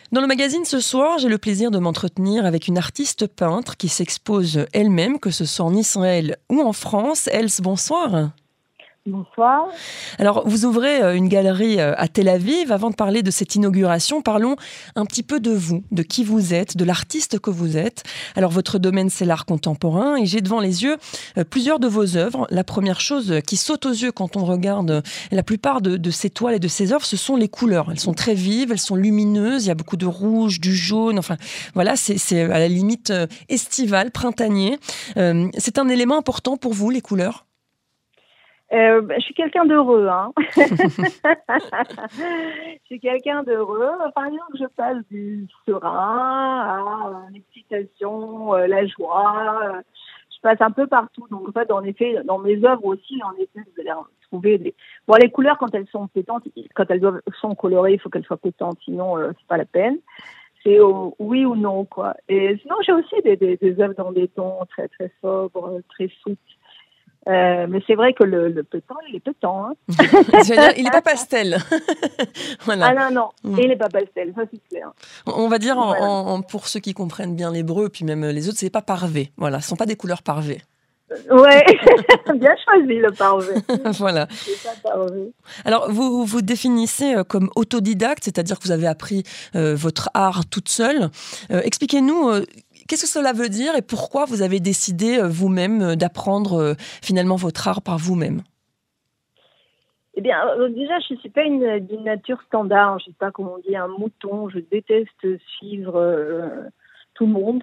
Dans le magazine ce soir, j'ai le plaisir de m'entretenir avec une artiste peintre qui s'expose elle-même, que ce soit en Israël ou en France. Else, bonsoir. Bonsoir. Alors, vous ouvrez une galerie à Tel Aviv. Avant de parler de cette inauguration, parlons un petit peu de vous, de qui vous êtes, de l'artiste que vous êtes. Alors, votre domaine, c'est l'art contemporain et j'ai devant les yeux plusieurs de vos œuvres. La première chose qui saute aux yeux quand on regarde la plupart de ces toiles et de ces œuvres, ce sont les couleurs. Elles sont très vives, elles sont lumineuses, il y a beaucoup de rouge, du jaune, enfin, voilà, c'est à la limite estival, printanier. C'est un élément important pour vous, les couleurs ? Je suis quelqu'un d'heureux, hein. Je suis quelqu'un d'heureux. Par exemple, je passe du serein à l'excitation, la joie. Je passe un peu partout. Donc, en fait, en effet, dans mes œuvres aussi, en effet, vous allez trouver des... Bon, les couleurs, quand elles sont pétantes, quand elles sont colorées, il faut qu'elles soient pétantes, sinon, c'est pas la peine. C'est oui ou non, quoi. Et sinon, j'ai aussi des œuvres dans des tons très, très sobres, très souples. Mais c'est vrai que le pétant, il est pétant. Hein. Il n'est pas pastel. Voilà. Ah non, il n'est pas pastel, ça c'est clair. On va dire, voilà. Pour ceux qui comprennent bien l'hébreu, puis même les autres, c'est pas parvé. Voilà, ce ne sont pas des couleurs parvées. Ouais, bien choisi le parvé. Voilà. C'est pas parvé. Alors, vous vous définissez comme autodidacte, c'est-à-dire que vous avez appris votre art toute seule. Expliquez-nous... Qu'est-ce que cela veut dire et pourquoi vous avez décidé vous-même d'apprendre finalement votre art par vous-même ? Eh bien, déjà, je ne suis pas d'une nature standard. Je ne suis pas, comme on dit, un mouton. Je déteste suivre tout le monde.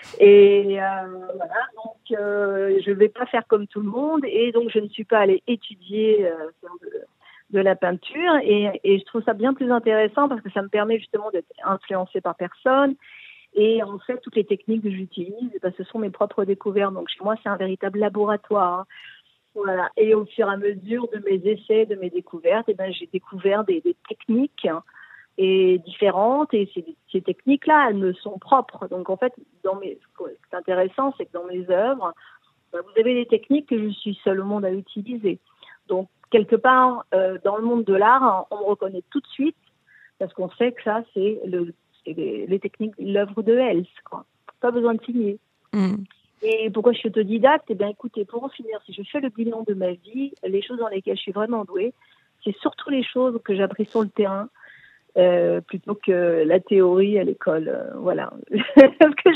Et voilà, donc je ne vais pas faire comme tout le monde. Et donc, je ne suis pas allée étudier de la peinture. Et je trouve ça bien plus intéressant parce que ça me permet justement d'être influencée par personne. Et en fait, toutes les techniques que j'utilise, ce sont mes propres découvertes. Donc, chez moi, c'est un véritable laboratoire. Hein. Voilà. Et au fur et à mesure de mes essais, de mes découvertes, j'ai découvert des techniques et différentes. Et ces techniques-là, elles me sont propres. Donc, en fait, ce qui est intéressant, c'est que dans mes œuvres, vous avez des techniques que je suis seule au monde à utiliser. Donc, quelque part, dans le monde de l'art, on me reconnaît tout de suite parce qu'on sait que ça, c'est les techniques, l'œuvre de Else, quoi. Pas besoin de signer. Et pourquoi je suis autodidacte ? Eh bien, écoutez, pour en finir, si je fais le bilan de ma vie, les choses dans lesquelles je suis vraiment douée, c'est surtout les choses que j'ai apprises sur le terrain, plutôt que la théorie à l'école. Voilà. Ce que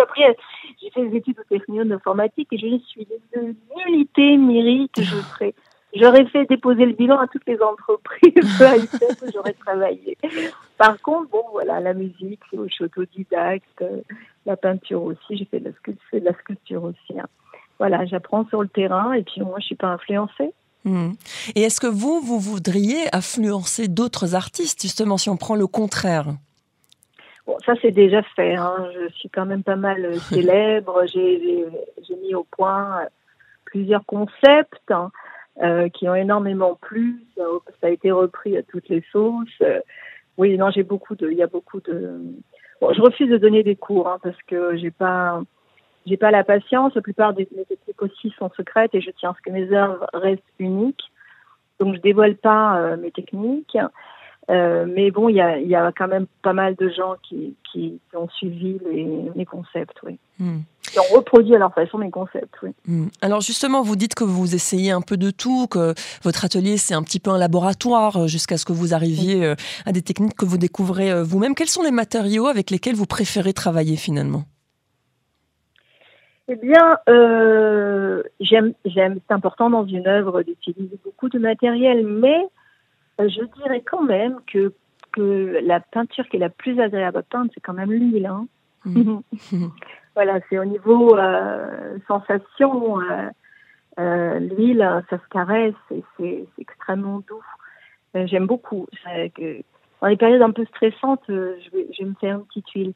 j'ai fait des études au technion d'informatique et je suis de nullité mérite que j'aurais fait déposer le bilan à toutes les entreprises à lesquelles j'aurais travaillé. Par contre, bon, voilà, la musique, je suis autodidacte, la peinture aussi, j'ai fait de la sculpture aussi. Hein. Voilà, j'apprends sur le terrain et puis moi, je suis pas influencée. Et est-ce que vous voudriez influencer d'autres artistes, justement, si on prend le contraire ? Bon, ça, c'est déjà fait. Hein. Je suis quand même pas mal célèbre. J'ai mis au point plusieurs concepts qui ont énormément plu. Ça a été repris à toutes les sauces. Oui, non, il y a beaucoup de... Bon, je refuse de donner des cours parce que j'ai pas la patience. La plupart des techniques aussi sont secrètes et je tiens à ce que mes œuvres restent uniques. Donc, je dévoile pas mes techniques. Mais bon, il y a quand même pas mal de gens qui ont suivi mes concepts, oui. Qui ont reproduit à leur façon mes concepts, oui. Alors justement, vous dites que vous essayez un peu de tout, que votre atelier, c'est un petit peu un laboratoire jusqu'à ce que vous arriviez à des techniques que vous découvrez vous-même. Quels sont les matériaux avec lesquels vous préférez travailler finalement ? Eh bien, c'est important dans une œuvre d'utiliser beaucoup de matériel, mais je dirais quand même que la peinture qui est la plus agréable à peindre, c'est quand même l'huile. Hein. Voilà, c'est au niveau sensation. L'huile, ça se caresse et c'est extrêmement doux. J'aime beaucoup. Dans les périodes un peu stressantes, je vais me faire une petite huile.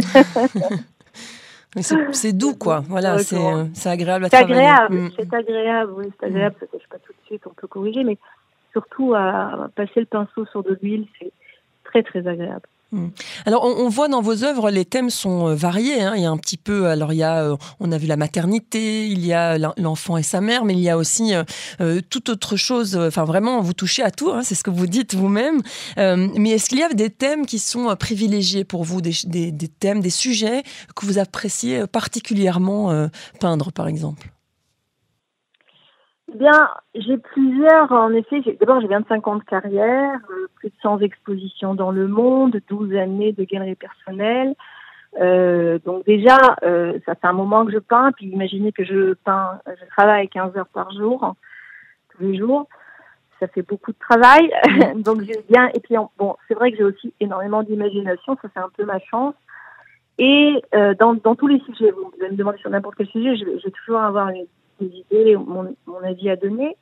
Mais c'est doux, quoi. Voilà, c'est agréable à travailler. C'est agréable, oui, c'est agréable. Ça ne sèche pas tout de suite, on peut corriger, mais surtout à passer le pinceau sur de l'huile, c'est très, très agréable. Mmh. Alors, on voit dans vos œuvres, les thèmes sont variés. Hein. Il y a un petit peu, alors il y a, on a vu la maternité, il y a l'enfant et sa mère, mais il y a aussi toute autre chose. Enfin, vraiment, vous touchez à tout. Hein, c'est ce que vous dites vous-même. Mais est-ce qu'il y a des thèmes qui sont privilégiés pour vous, des thèmes, des sujets que vous appréciez particulièrement peindre, par exemple? Eh bien, j'ai plusieurs, en effet. D'abord, j'ai 25 ans de carrière, plus de 100 expositions dans le monde, 12 années de galerie personnelle. Donc déjà, ça fait un moment que je peins. Puis imaginez que je travaille 15 heures par jour, tous les jours. Ça fait beaucoup de travail. Donc j'ai bien. Et puis bon, c'est vrai que j'ai aussi énormément d'imagination. Ça, c'est un peu ma chance. Et dans tous les sujets, vous allez me demander sur n'importe quel sujet, je vais toujours avoir des idées, mon avis à donner.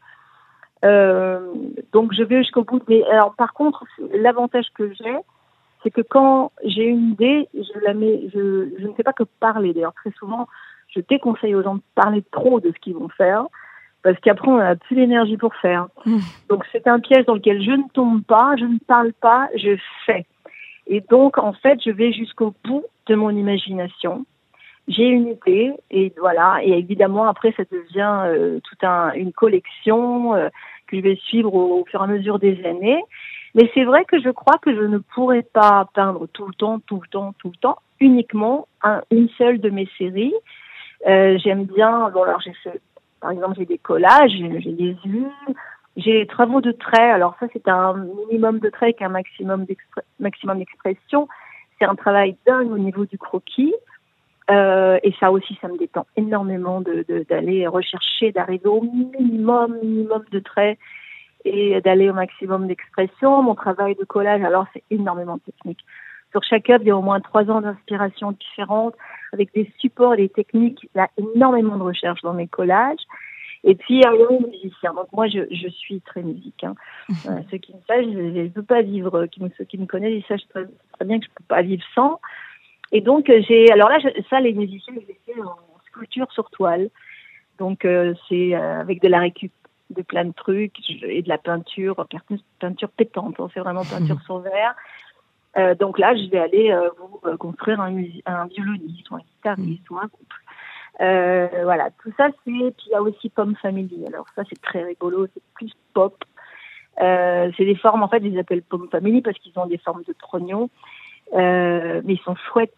Donc je vais jusqu'au bout. Mais alors par contre, l'avantage que j'ai, c'est que quand j'ai une idée, je la mets. Je ne fais pas que parler. D'ailleurs, très souvent, je déconseille aux gens de parler trop de ce qu'ils vont faire, parce qu'après on n'a plus l'énergie pour faire. Donc c'est un piège dans lequel je ne tombe pas, je ne parle pas, je fais. Et donc en fait, je vais jusqu'au bout de mon imagination. J'ai une idée et voilà. Et évidemment après, ça devient une collection que je vais suivre au fur et à mesure des années. Mais c'est vrai que je crois que je ne pourrais pas peindre tout le temps, uniquement une seule de mes séries. J'aime bien. Bon alors par exemple, j'ai des collages, j'ai des huiles, j'ai des travaux de trait. Alors ça, c'est un minimum de trait qu'un maximum d'expression. C'est un travail dingue au niveau du croquis. Et ça aussi, ça me détend énormément d'aller rechercher, d'arriver au minimum de traits et d'aller au maximum d'expression. Mon travail de collage, alors c'est énormément technique. Sur chaque œuvre, il y a au moins 3 ans d'inspiration différentes, avec des supports et des techniques. Il y a énormément de recherche dans mes collages. Et puis, il y a les musiciens. Donc moi, je suis très musique. Hein. Ceux qui me savent, je ne peux pas vivre. Ceux qui me connaissent, ils savent très bien que je ne peux pas vivre sans. Et donc, alors là, les musiciens, je les fais en sculpture sur toile. Donc, c'est avec de la récup de plein de trucs et de la peinture pétante. Hein, c'est vraiment peinture sur verre. Donc là, je vais aller vous construire un violoniste ou un guitariste ou un couple. Voilà, tout ça, c'est... Puis il y a aussi Pomme Family. Alors ça, c'est très rigolo, c'est plus pop. C'est des formes, en fait, ils appellent Pomme Family parce qu'ils ont des formes de trognons. Mais ils sont chouettes.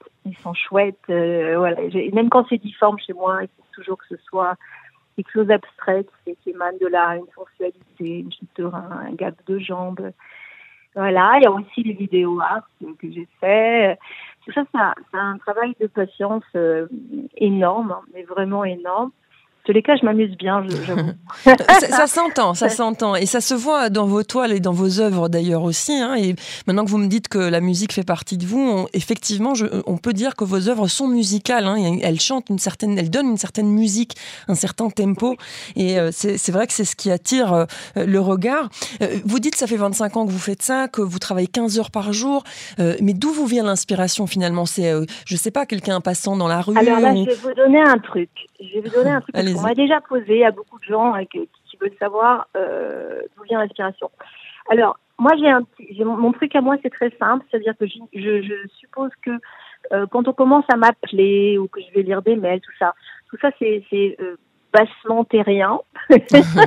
Voilà. Même quand c'est difforme chez moi, il faut toujours que ce soit quelque chose d'abstrait qui émane de là, une sensualité, une chute de rein, un gap de jambes. Voilà, il y a aussi les vidéos art que j'ai fait. Tout ça, c'est un travail de patience énorme, hein, mais vraiment énorme. En tous les cas, je m'amuse bien, j'avoue. Ça s'entend. Et ça se voit dans vos toiles et dans vos œuvres d'ailleurs aussi. Hein. Et maintenant que vous me dites que la musique fait partie de vous, effectivement, on peut dire que vos œuvres sont musicales. Hein. Elles elles donnent une certaine musique, un certain tempo. Et c'est vrai que c'est ce qui attire le regard. Vous dites que ça fait 25 ans que vous faites ça, que vous travaillez 15 heures par jour. Mais d'où vous vient l'inspiration finalement? C'est, je sais pas, quelqu'un passant dans la rue? Alors là, je vais vous donner un truc. Parce qu'on m'a déjà posé à beaucoup de gens qui veulent savoir d'où vient l'inspiration. Alors, moi, mon truc à moi, c'est très simple. C'est-à-dire que je suppose que quand on commence à m'appeler ou que je vais lire des mails, tout ça c'est bassement terrien. Et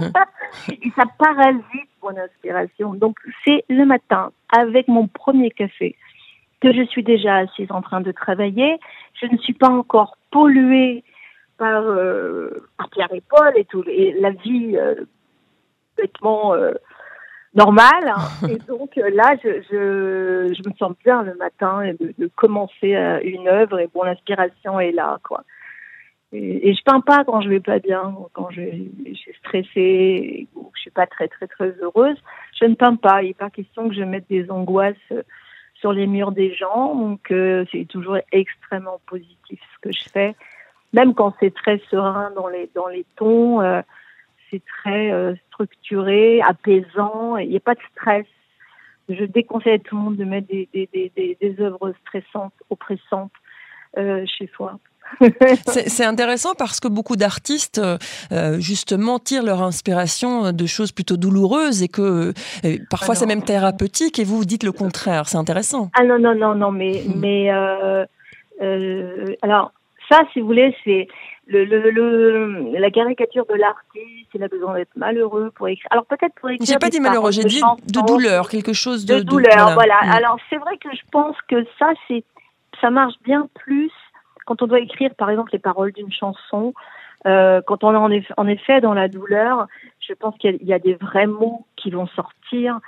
ça parasite mon inspiration. Donc, c'est le matin, avec mon premier café, que je suis déjà assise en train de travailler. Je ne suis pas encore polluée par Pierre et Paul et la vie complètement normale. Hein. Et donc là, je me sens bien le matin de commencer une œuvre et bon, l'inspiration est là, quoi. Et je peins pas quand je vais pas bien, quand je suis stressée ou je suis pas très très très heureuse. Je ne peins pas. Il n'est pas question que je mette des angoisses sur les murs des gens. Donc c'est toujours extrêmement positif ce que je fais. Même quand c'est très serein dans les tons, c'est très structuré, apaisant. Il n'y a pas de stress. Je déconseille à tout le monde de mettre des œuvres stressantes, oppressantes chez soi. C'est intéressant parce que beaucoup d'artistes, justement, tirent leur inspiration de choses plutôt douloureuses et que Ah parfois c'est non. même thérapeutique et vous dites le contraire. C'est intéressant. Ah non, non, non, non, alors ça, si vous voulez, c'est la caricature de l'artiste. Il a besoin d'être malheureux pour écrire. Alors peut-être pour J'ai écrire pas des dit malheureux, paroles j'ai de dit de chansons, douleur, quelque chose de de douleur, voilà. voilà. Alors c'est vrai que je pense que ça marche bien plus quand on doit écrire, par exemple, les paroles d'une chanson. Quand on est en effet dans la douleur, je pense qu'il y a des vrais mots qui vont sortir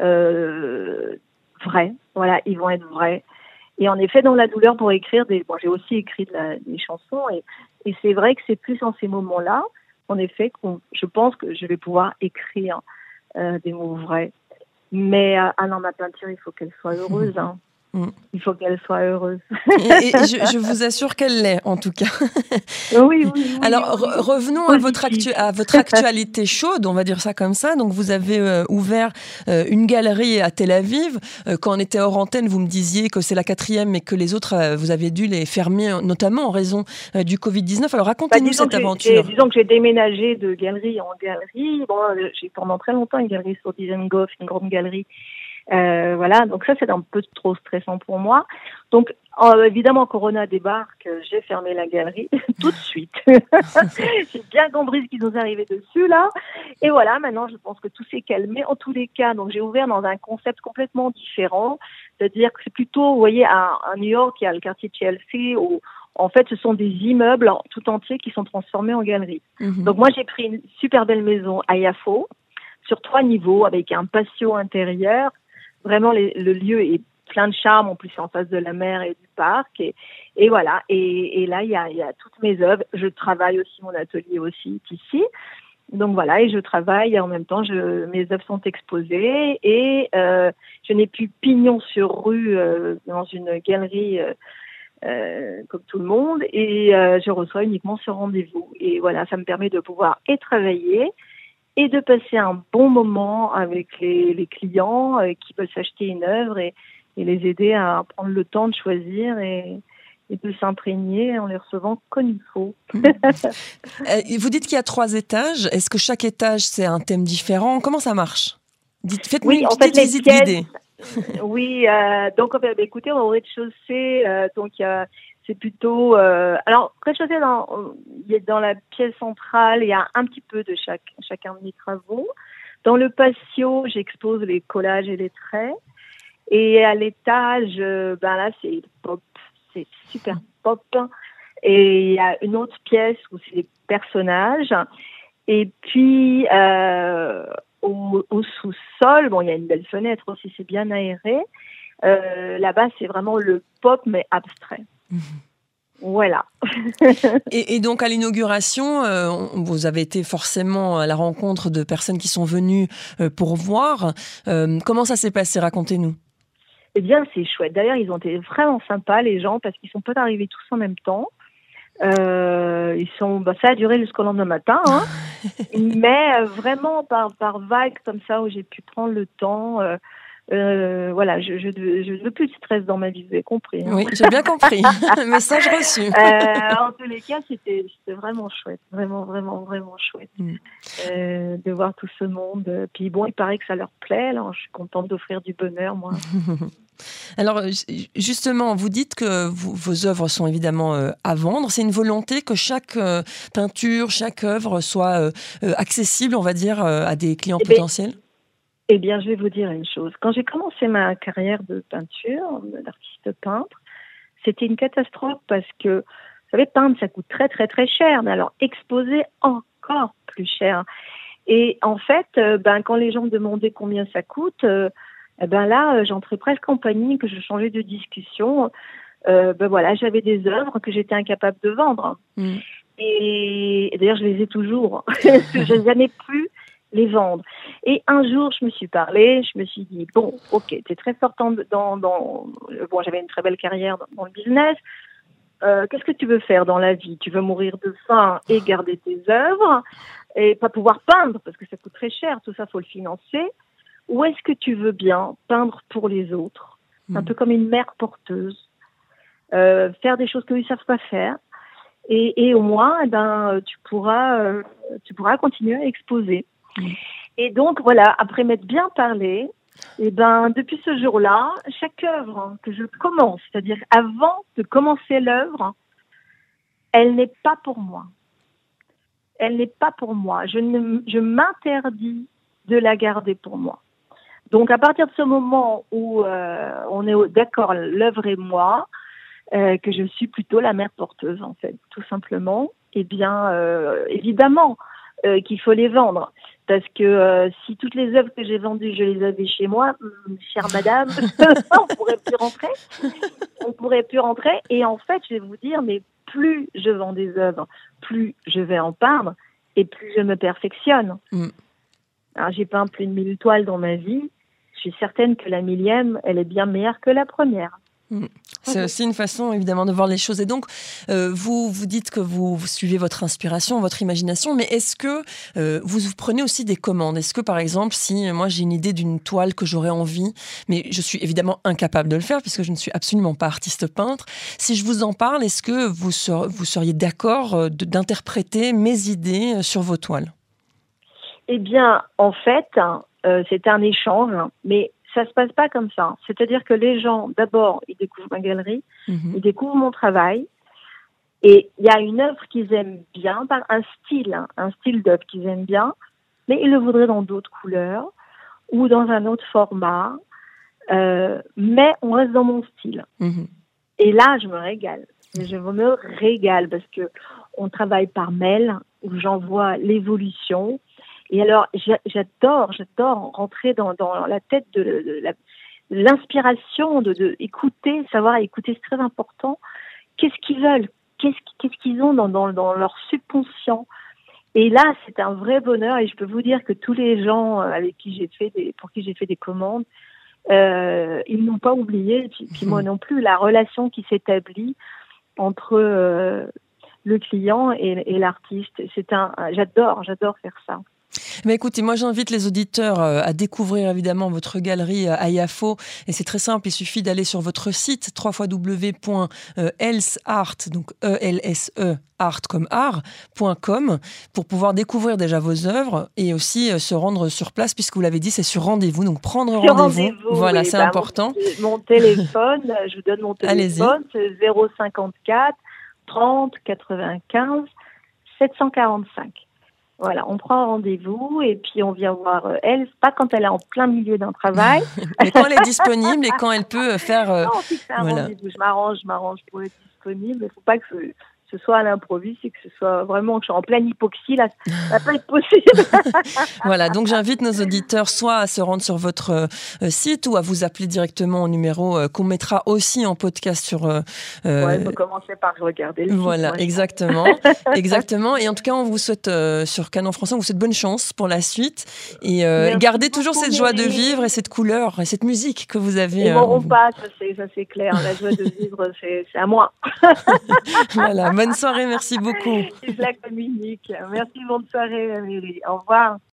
vrais. Voilà, ils vont être vrais. Et en effet, dans la douleur, pour écrire j'ai aussi écrit des chansons, et c'est vrai que c'est plus en ces moments-là, en effet, je pense que je vais pouvoir écrire des mots vrais. Mais dans ma peinture, il faut qu'elle soit heureuse. Hein. Il faut qu'elle soit heureuse. Et je vous assure qu'elle l'est, en tout cas. Oui, oui, oui. Alors, Oui. revenons à votre actualité chaude, on va dire ça comme ça. Donc, vous avez ouvert une galerie à Tel Aviv. Quand on était hors antenne, vous me disiez que c'est la 4e et que les autres, vous avez dû les fermer, notamment en raison du Covid-19. Alors, racontez-nous cette aventure. Disons que j'ai déménagé de galerie en galerie. Bon, j'ai pendant très longtemps une galerie sur Dizengoff, une grande galerie. Voilà, donc ça c'est un peu trop stressant pour moi. Donc évidemment, Corona débarque, j'ai fermé la galerie tout de suite. J'ai bien compris ce qui nous arrivait dessus là. Et voilà, maintenant je pense que tout s'est calmé. En tous les cas, donc j'ai ouvert dans un concept complètement différent, c'est-à-dire que c'est plutôt, vous voyez, à New York, il y a le quartier Chelsea où en fait, ce sont des immeubles tout entiers qui sont transformés en galeries. Donc moi, j'ai pris une super belle maison à Yafo, sur 3 niveaux, avec un patio intérieur. Vraiment, le lieu est plein de charme. En plus, c'est en face de la mer et du parc. Et voilà. Et là, il y a toutes mes œuvres. Je travaille aussi, mon atelier aussi est ici. Donc voilà, et je travaille et en même temps, mes œuvres sont exposées. Et je n'ai plus pignon sur rue dans une galerie comme tout le monde. Et je reçois uniquement ce rendez-vous. Et voilà, ça me permet de pouvoir travailler et de passer un bon moment avec les clients qui veulent s'acheter une œuvre et les aider à prendre le temps de choisir et de s'imprégner en les recevant comme il faut. Vous dites qu'il y a 3 étages. Est-ce que chaque étage, c'est un thème différent? Comment ça marche? Faites-nous une petite visite guidée. Oui, donc écoutez, au rez-de-chaussée, donc c'est plutôt... alors, rez-de-chaussée, dans la pièce centrale, il y a un petit peu de chacun de mes travaux. Dans le patio, j'expose les collages et les traits. Et à l'étage, là, c'est pop, c'est super pop. Et il y a une autre pièce où c'est les personnages. Et puis, au sous-sol, bon, il y a une belle fenêtre aussi, c'est bien aéré. Là-bas, c'est vraiment le pop, mais abstrait. Voilà. Et donc, à l'inauguration, vous avez été forcément à la rencontre de personnes qui sont venues pour voir. Comment ça s'est passé? Racontez-nous. Eh bien, c'est chouette. D'ailleurs, ils ont été vraiment sympas, les gens, parce qu'ils sont pas arrivés tous en même temps. Ça a duré jusqu'au lendemain matin, hein. Mais vraiment par vague comme ça où j'ai pu prendre le temps. Voilà, je ne veux plus de stress dans ma vie, vous avez compris. Hein. Oui, j'ai bien compris. Message reçu. En tous les cas, c'était vraiment chouette, vraiment, vraiment, vraiment chouette de voir tout ce monde. Puis bon, il paraît que ça leur plaît. Alors, je suis contente d'offrir du bonheur, moi. Alors justement, vous dites que vos œuvres sont évidemment à vendre. C'est une volonté que chaque peinture, chaque œuvre soit accessible, on va dire, à des clients potentiels? Eh bien, je vais vous dire une chose. Quand j'ai commencé ma carrière de peinture, d'artiste peintre, c'était une catastrophe parce que, vous savez, peindre, ça coûte très, très, très cher. Mais alors, exposer, encore plus cher. Et en fait, quand les gens me demandaient combien ça coûte... là, j'entrais presque en panique, je changeais de discussion. Voilà, j'avais des œuvres que j'étais incapable de vendre. Et d'ailleurs, je les ai toujours. Je n'ai jamais pu les vendre. Et un jour, je me suis parlé, je me suis dit, bon, ok, tu es très forte bon, j'avais une très belle carrière dans le business. Qu'est-ce que tu veux faire dans la vie? Tu veux mourir de faim et garder tes œuvres et pas pouvoir peindre parce que ça coûte très cher, tout ça, faut le financer. Ou est-ce que tu veux bien peindre pour les autres, un peu comme une mère porteuse, faire des choses qu'ils ne savent pas faire, et au moins, tu pourras continuer à exposer. Et donc, voilà, après m'être bien parlé, depuis ce jour-là, chaque œuvre que je commence, c'est-à-dire avant de commencer l'œuvre, elle n'est pas pour moi. Elle n'est pas pour moi. Je m'interdis de la garder pour moi. Donc, à partir de ce moment où on est d'accord, l'œuvre et moi, que je suis plutôt la mère porteuse, en fait, tout simplement, évidemment qu'il faut les vendre. Parce que si toutes les œuvres que j'ai vendues, je les avais chez moi, chère madame, on pourrait plus rentrer. On pourrait plus rentrer. Et en fait, je vais vous dire, mais plus je vends des œuvres, plus je vais en peindre et plus je me perfectionne. Alors, j'ai peint plus de 1000 toiles dans ma vie. Je suis certaine que la 1000e, elle est bien meilleure que la première. C'est aussi une façon, évidemment, de voir les choses. Et donc, vous dites que vous suivez votre inspiration, votre imagination, mais est-ce que vous prenez aussi des commandes? Est-ce que, par exemple, si moi j'ai une idée d'une toile que j'aurais envie, mais je suis évidemment incapable de le faire puisque je ne suis absolument pas artiste peintre, si je vous en parle, est-ce que vous seriez d'accord d'interpréter mes idées sur vos toiles? Eh bien, en fait, c'est un échange, mais ça se passe pas comme ça. C'est-à-dire que les gens, d'abord, ils découvrent ma galerie, ils découvrent mon travail, et il y a une œuvre qu'ils aiment bien, un style d'œuvre qu'ils aiment bien, mais ils le voudraient dans d'autres couleurs ou dans un autre format, mais on reste dans mon style. Et là, je me régale. Je me régale parce que on travaille par mail où j'envoie l'évolution. Et alors, j'adore rentrer dans la tête de l'inspiration, de écouter, savoir écouter, c'est très important. Qu'est-ce qu'ils veulent? Qu'est-ce qu'ils ont dans leur subconscient? Et là, c'est un vrai bonheur. Et je peux vous dire que tous les gens pour qui j'ai fait des commandes, ils n'ont pas oublié, puis moi non plus, la relation qui s'établit entre le client et l'artiste. J'adore faire ça. Mais écoutez, moi j'invite les auditeurs à découvrir évidemment votre galerie à Yafo, et c'est très simple, il suffit d'aller sur votre site www.else.art, donc E-L-S-E, art comme art.com, pour pouvoir découvrir déjà vos œuvres et aussi se rendre sur place, puisque vous l'avez dit, c'est sur rendez-vous, donc prendre rendez-vous. Voilà, oui, c'est important. Mon téléphone, je vous donne mon téléphone, c'est 054 30 95 745. Voilà, on prend rendez-vous et puis on vient voir elle, pas quand elle est en plein milieu d'un travail. Mais quand elle est disponible et quand elle peut faire... Non, on fixe un rendez-vous, je m'arrange pour être disponible. Il ne faut pas que ce soit à l'improviste et que ce soit vraiment que je suis en pleine hypoxie, là, ça va pas être possible. Voilà, donc j'invite nos auditeurs soit à se rendre sur votre site ou à vous appeler directement au numéro qu'on mettra aussi en podcast sur... il faut commencer par regarder le site. Voilà, exactement. Exactement. Et en tout cas, on vous souhaite, sur Canon Français, on vous souhaite bonne chance pour la suite. Et gardez toujours cette joie de vivre et cette couleur et cette musique que vous avez. Ils m'auront pas, ça c'est clair. La joie de vivre, c'est à moi. Voilà, bonne soirée, merci beaucoup. Je la communique. Merci, bonne soirée, Amélie. Au revoir.